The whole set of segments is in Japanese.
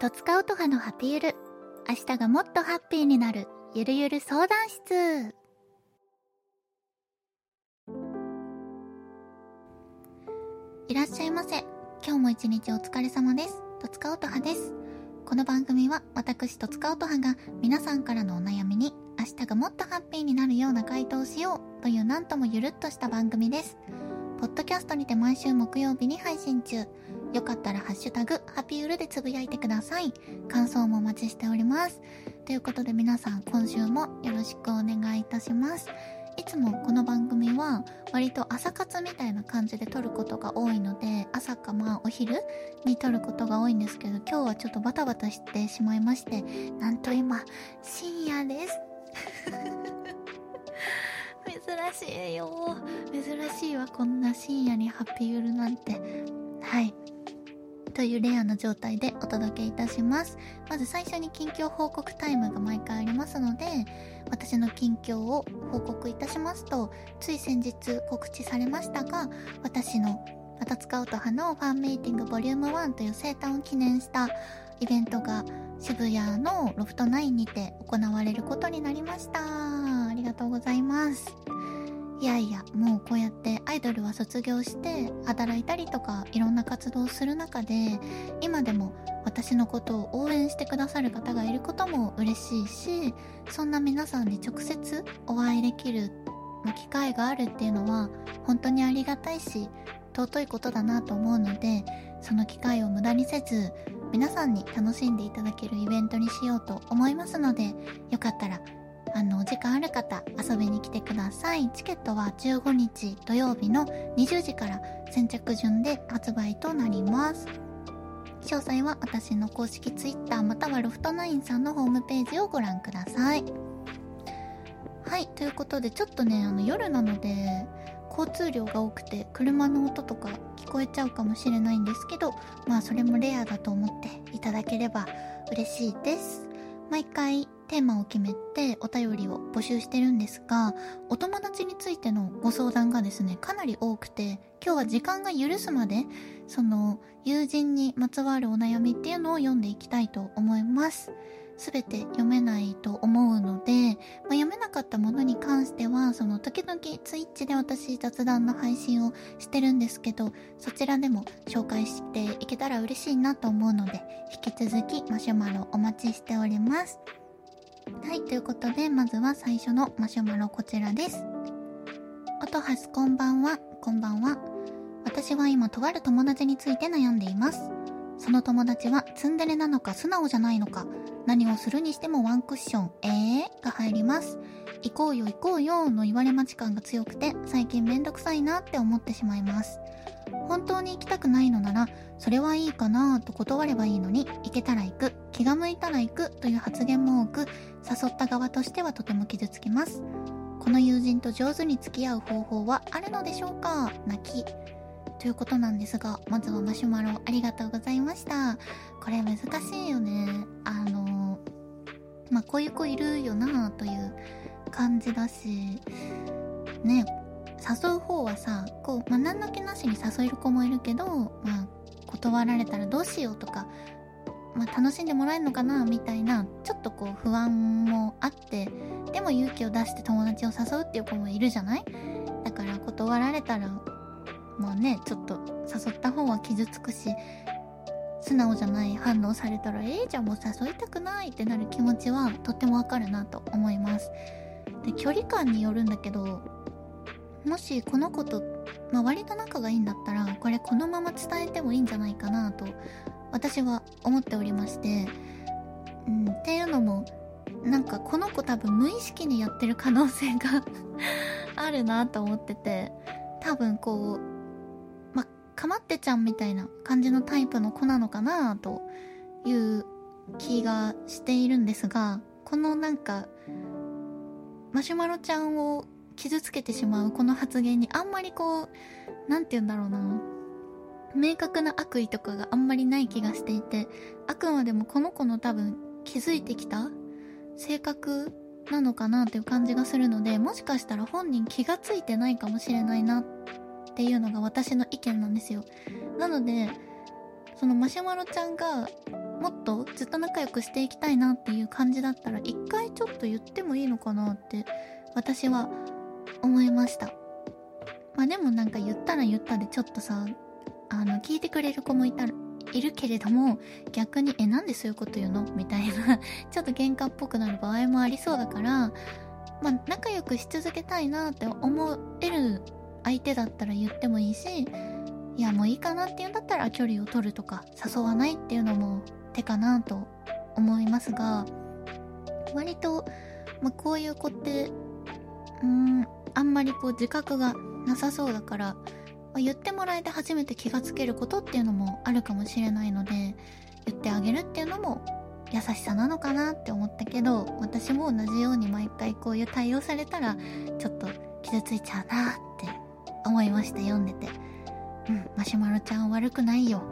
とつかうとはのハピゆる。明日がもっとハッピーになるゆるゆる相談室。いらっしゃいませ。今日も一日お疲れ様です。とつかうとはです。この番組は私とつかうとはが皆さんからのお悩みに明日がもっとハッピーになるような回答をしようというなんともゆるっとした番組です。ポッドキャストにて毎週木曜日に配信中。よかったらハッシュタグハピゆるでつぶやいてください。感想もお待ちしております。ということで皆さん今週もよろしくお願いいたします。いつもこの番組は割と朝活みたいな感じで撮ることが多いので、朝かお昼に撮ることが多いんですけど、今日はちょっとバタバタしてしまいまして、なんと今深夜です珍しいよ、珍しいわ、こんな深夜にハッピーゆるなんて。はいというレアな状態でお届けいたします。まず最初に近況報告タイムが毎回ありますので、私の近況を報告いたしますと、つい先日告知されましたが、私のまた使うと派のファンミーティングボリューム1という生誕を記念したイベントが渋谷のロフト9にて行われることになりました。ありがとうございます。いやいや、もうこうやってアイドルは卒業して働いたりとかいろんな活動をする中で、今でも私のことを応援してくださる方がいることも嬉しいし、そんな皆さんに直接お会いできる機会があるっていうのは本当にありがたいし尊いことだなと思うので、その機会を無駄にせず皆さんに楽しんでいただけるイベントにしようと思いますので、よかったらお時間ある方遊びに来てください。チケットは15日土曜日の20時から先着順で発売となります。詳細は私の公式ツイッターまたはロフトナインさんのホームページをご覧ください。はい、ということでちょっとね、夜なので交通量が多くて車の音とか聞こえちゃうかもしれないんですけど、それもレアだと思っていただければ嬉しいです。毎回テーマを決めてお便りを募集してるんですが、お友達についてのご相談がですね、かなり多くて、今日は時間が許すまでその友人にまつわるお悩みっていうのを読んでいきたいと思います。すべて読めないと思うので、読めなかったものに関してはその時々ツイッチで私雑談の配信をしてるんですけど、そちらでも紹介していけたら嬉しいなと思うので、引き続きマシュマロお待ちしております。はい、ということでまずは最初のマシュマロこちらです。おとはす、こんばんは。こんばんは。私は今とある友達について悩んでいます。その友達はツンデレなのか素直じゃないのか、何をするにしてもワンクッションが入ります。行こうよ行こうよの言われ待ち感が強くて、最近めんどくさいなって思ってしまいます。本当に行きたくないのならそれはいいかなと断ればいいのに、行けたら行く、気が向いたら行くという発言も多く、誘った側としてはとても傷つきます。この友人と上手に付き合う方法はあるのでしょうか。泣きということなんですが、まずはマシュマロありがとうございました。これ難しいよね。こういう子いるよなという感じだしね。誘う方はさ、何の気なしに誘える子もいるけど、断られたらどうしようとか、楽しんでもらえるのかなみたいな、ちょっと不安もあって、でも勇気を出して友達を誘うっていう子もいるじゃない。だから断られたらちょっと誘った方は傷つくし、素直じゃない反応されたらじゃあもう誘いたくないってなる気持ちはとってもわかるなと思います。で、距離感によるんだけど、もしこの子と、割と仲がいいんだったらこれこのまま伝えてもいいんじゃないかなと私は思っておりまして、っていうのもこの子多分無意識にやってる可能性があるなと思ってて、多分かまってちゃんみたいな感じのタイプの子なのかなという気がしているんですが、このマシュマロちゃんを傷つけてしまうこの発言にあんまりなんて言うんだろうな、明確な悪意とかがあんまりない気がしていて、あくまでもこの子の多分気づいてきた性格なのかなっていう感じがするので、もしかしたら本人気がついてないかもしれないなっていうのが私の意見なんですよ。なのでそのマシュマロちゃんがもっとずっと仲良くしていきたいなっていう感じだったら、一回ちょっと言ってもいいのかなって私は思いました。まあでもなんか言ったら言ったでちょっとさ、聞いてくれる子もいるけれども、逆になんでそういうこと言うのみたいなちょっと喧嘩っぽくなる場合もありそうだから、まあ仲良くし続けたいなって思える相手だったら言ってもいいし、いやもういいかなっていうんだったら距離を取るとか誘わないっていうのも手かなと思いますが、割と、まあ、こういう子ってあんまりこう自覚がなさそうだから、まあ、言ってもらえて初めて気がつけることっていうのもあるかもしれないので、言ってあげるっていうのも優しさなのかなって思ったけど、私も同じように毎回こういう対応されたらちょっと傷ついちゃうなって思いました、読んでて。マシュマロちゃん悪くないよ。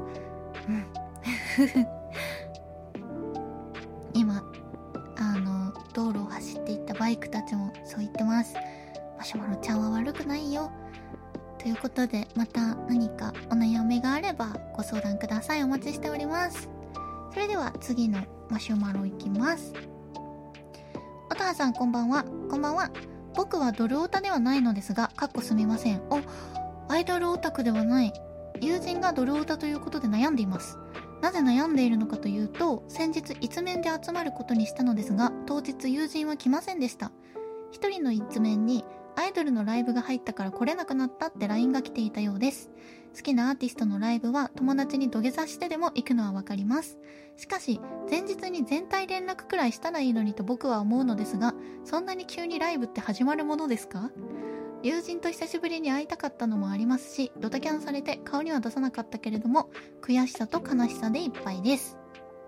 今道路を走っていったバイクたちもそう言ってます。マシュマロちゃんは悪くないよ。ということで、また何かお悩みがあればご相談ください。お待ちしております。それでは次のマシュマロいきます。おたはさんこんばんは。こんばんは。僕はドルオタではないのですが、すみません。アイドルオタクではない。友人がドルオタということで悩んでいます。なぜ悩んでいるのかというと、先日一面で集まることにしたのですが、当日友人は来ませんでした。一人の一面にアイドルのライブが入ったから来れなくなったって LINE が来ていたようです。好きなアーティストのライブは友達に土下座してでも行くのはわかります。しかし前日に全体連絡くらいしたらいいのにと僕は思うのですが、そんなに急にライブって始まるものですか？友人と久しぶりに会いたかったのもありますし、ドタキャンされて顔には出さなかったけれども、悔しさと悲しさでいっぱいです。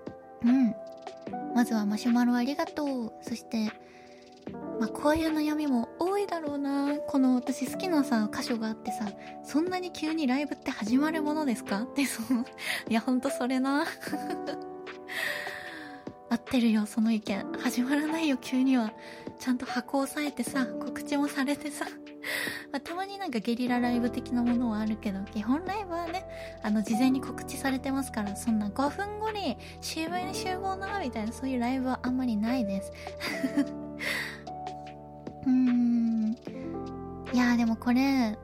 まずはマシュマロありがとう。そしてまあこういう悩みも多いだろうな。この私好きなさ箇所があってさ、そんなに急にライブって始まるものですかっていやほんとそれな合ってるよ、その意見。始まらないよ急には。ちゃんと箱を押さえてさ、告知もされてさまあ、たまになんかゲリラライブ的なものはあるけど、基本ライブはね、事前に告知されてますから、そんな5分後に CV に集合なみたいな、そういうライブはあんまりないですいやーでもこれ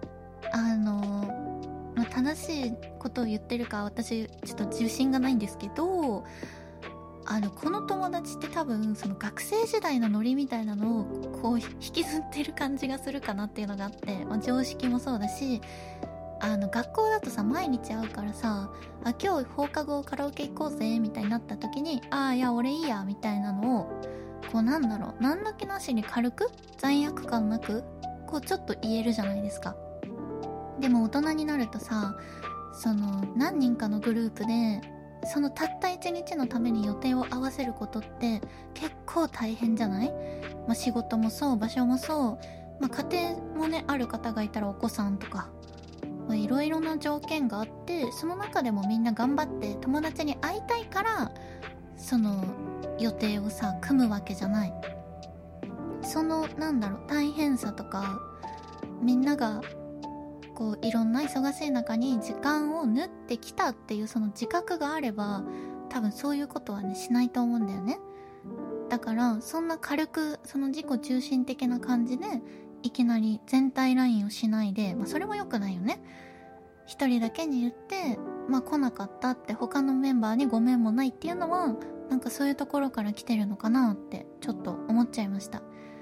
まあ、正しいことを言ってるか私ちょっと自信がないんですけど、この友達って多分その学生時代のノリみたいなのをこう引きずってる感じがするかなっていうのがあって、まあ、常識もそうだし、学校だとさ毎日会うからさ、今日放課後カラオケ行こうぜみたいになった時に、いや俺いいやみたいなのをこう何の気なしに軽く罪悪感なくこうちょっと言えるじゃないですか。でも大人になるとさ、その何人かのグループでそのたった一日のために予定を合わせることって結構大変じゃない？まあ、仕事もそう、場所もそう、まあ、家庭もね、ある方がいたらお子さんとか、いろいろな条件があって、その中でもみんな頑張って友達に会いたいからその予定をさ組むわけじゃない。その大変さとか、みんながこういろんな忙しい中に時間を縫ってきたっていうその自覚があれば、多分そういうことはねしないと思うんだよね。だからそんな軽くその自己中心的な感じでいきなり全体ラインをしないで、まあそれも良くないよね。一人だけに言ってまあ来なかったって他のメンバーにごめんもないっていうのはなんかそういうところから来てるのかなってちょっと思っちゃいました。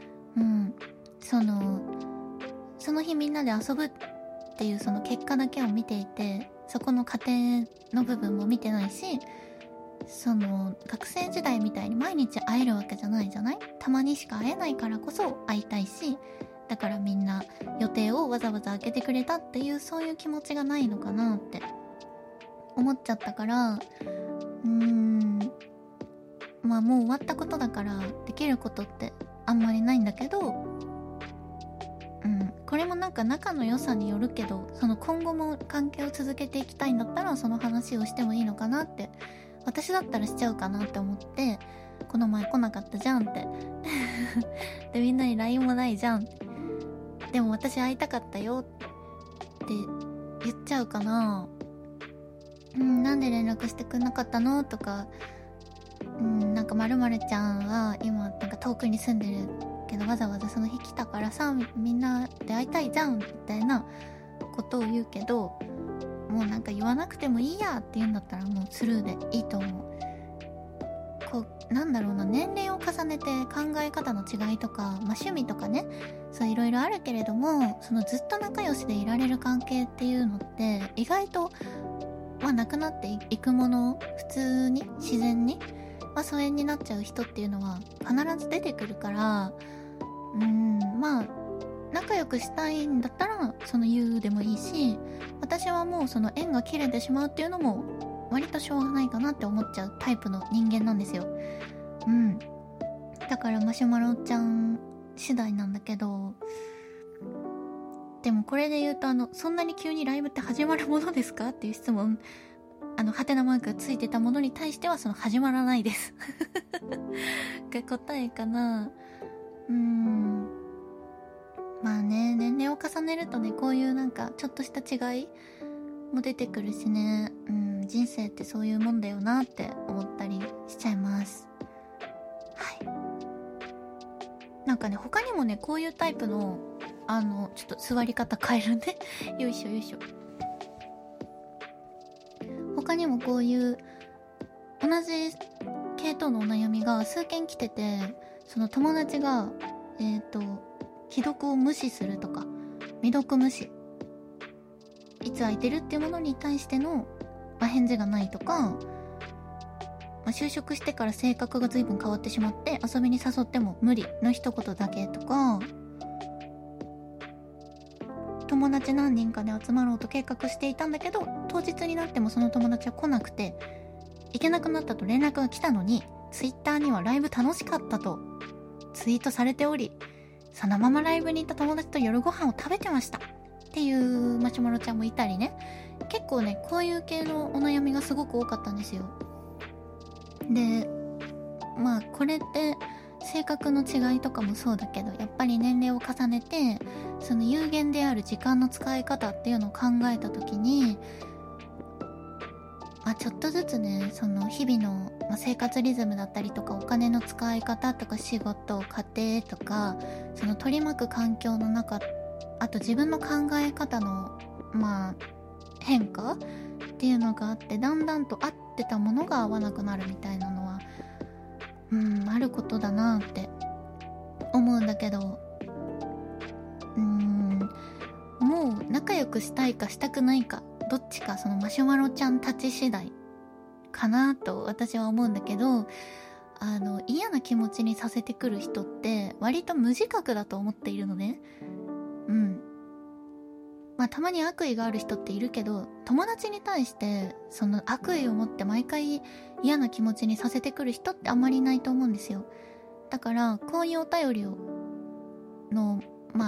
その日みんなで遊ぶっていうその結果だけを見ていて、そこの過程の部分も見てないし、その学生時代みたいに毎日会えるわけじゃないじゃない。たまにしか会えないからこそ会いたいし、だからみんな予定をわざわざ開けてくれたっていうそういう気持ちがないのかなって思っちゃったから、まあもう終わったことだからできることってあんまりないんだけど、これもなんか仲の良さによるけど、その今後も関係を続けていきたいんだったらその話をしてもいいのかなって、私だったらしちゃうかなって思って、この前来なかったじゃんってでみんなに LINE もないじゃん、でも私会いたかったよって言っちゃうかな。 なんで連絡してくんなかったのとか、なんか〇〇ちゃんは今なんか遠くに住んでるけどわざわざその日来たからさ、みんなで会いたいじゃんみたいなことを言うけど、もうなんか言わなくてもいいやって言うんだったらもうスルーでいいと思う。こうなんだろうな、年齢を重ねて考え方の違いとか、趣味とかね、そういろいろあるけれども、そのずっと仲良しでいられる関係っていうのって意外となくなっていくもの、普通に自然に疎遠になっちゃう人っていうのは必ず出てくるから、仲良くしたいんだったらその言うでもいいし、私はもうその縁が切れてしまうっていうのも割としょうがないかなって思っちゃうタイプの人間なんですよ。だからマシュマロちゃん次第なんだけど、でもこれで言うとそんなに急にライブって始まるものですかっていう質問、ハテナマークがついてたものに対してはその始まらないですが答えかな。まあね、年齢を重ねるとね、こういうなんかちょっとした違いも出てくるしね、人生ってそういうもんだよなって思ったりしちゃいます。はい。なんかね、他にもね、こういうタイプのちょっと座り方変えるねよいしょよいしょ。他にもこういう同じ系統のお悩みが数件来てて、その友達が既読を無視するとか、未読無視、いつ空いてるっていうものに対しての、返事がないとか、就職してから性格が随分変わってしまって遊びに誘っても無理の一言だけとか、友達何人かで集まろうと計画していたんだけど、当日になってもその友達は来なくて、行けなくなったと連絡が来たのに、ツイッターにはライブ楽しかったとツイートされており、そのままライブに行った友達と夜ご飯を食べてましたっていうマシュマロちゃんもいたりね。結構ね、こういう系のお悩みがすごく多かったんですよ。で、これって性格の違いとかもそうだけど、やっぱり年齢を重ねてその有限である時間の使い方っていうのを考えた時に、ちょっとずつね、その日々の、生活リズムだったりとか、お金の使い方とか、仕事、家庭とか、その取り巻く環境の中、あと自分の考え方の変化っていうのがあって、だんだんと合ってたものが合わなくなるみたいなのはあることだなって思うんだけど、もう仲良くしたいかしたくないか、どっちか、そのマシュマロちゃんたち次第かなと私は思うんだけど、嫌な気持ちにさせてくる人って割と無自覚だと思っているのね。たまに悪意がある人っているけど、友達に対してその悪意を持って毎回嫌な気持ちにさせてくる人ってあんまりいないと思うんですよ。だからこういうお便りをの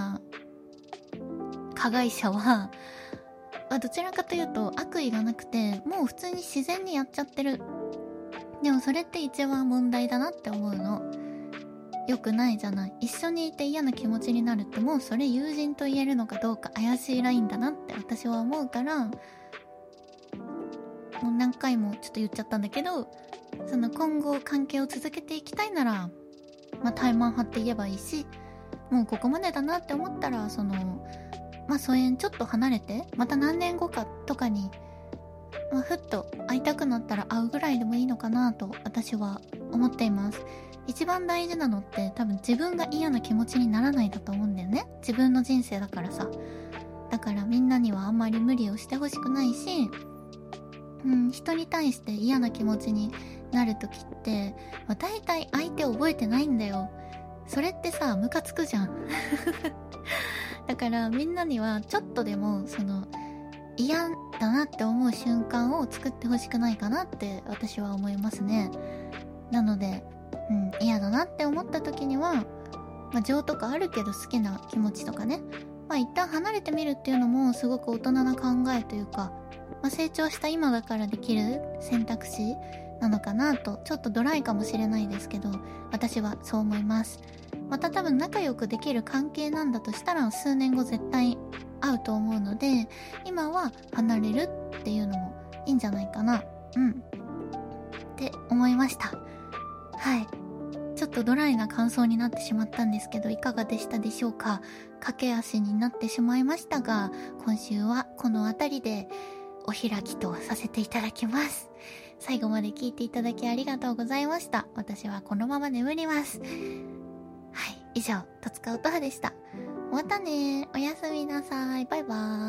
加害者はどちらかというと悪意がなくて、もう普通に自然にやっちゃってる。でもそれって一番問題だなって思うの。良くないじゃない。一緒にいて嫌な気持ちになるって、もうそれ友人と言えるのかどうか怪しいラインだなって私は思うから、もう何回もちょっと言っちゃったんだけど、その今後関係を続けていきたいならタイマン張って言えばいいし、もうここまでだなって思ったら、その疎遠ちょっと離れて、また何年後かとかにふっと会いたくなったら会うぐらいでもいいのかなと私は思っています。一番大事なのって多分自分が嫌な気持ちにならないだと思うんだよね。自分の人生だからさ。だからみんなにはあんまり無理をしてほしくないし、人に対して嫌な気持ちになるときって、大体相手覚えてないんだよ。それってさ、ムカつくじゃんだからみんなにはちょっとでもその嫌だなって思う瞬間を作ってほしくないかなって私は思いますね。なので嫌だなって思った時には、情とかあるけど好きな気持ちとかね、一旦離れてみるっていうのもすごく大人な考えというか、成長した今だからできる選択肢なのかなと、ちょっとドライかもしれないですけど、私はそう思います。 また多分仲良くできる関係なんだとしたら数年後絶対会うと思うので、今は離れるっていうのもいいんじゃないかなって思いました。はい、ちょっとドライな感想になってしまったんですけど、いかがでしたでしょうか。駆け足になってしまいましたが、今週はこの辺りでお開きとさせていただきます。最後まで聞いていただきありがとうございました。私はこのまま眠ります。はい、以上、戸塚音羽でした。またね、おやすみなさい。バイバーイ。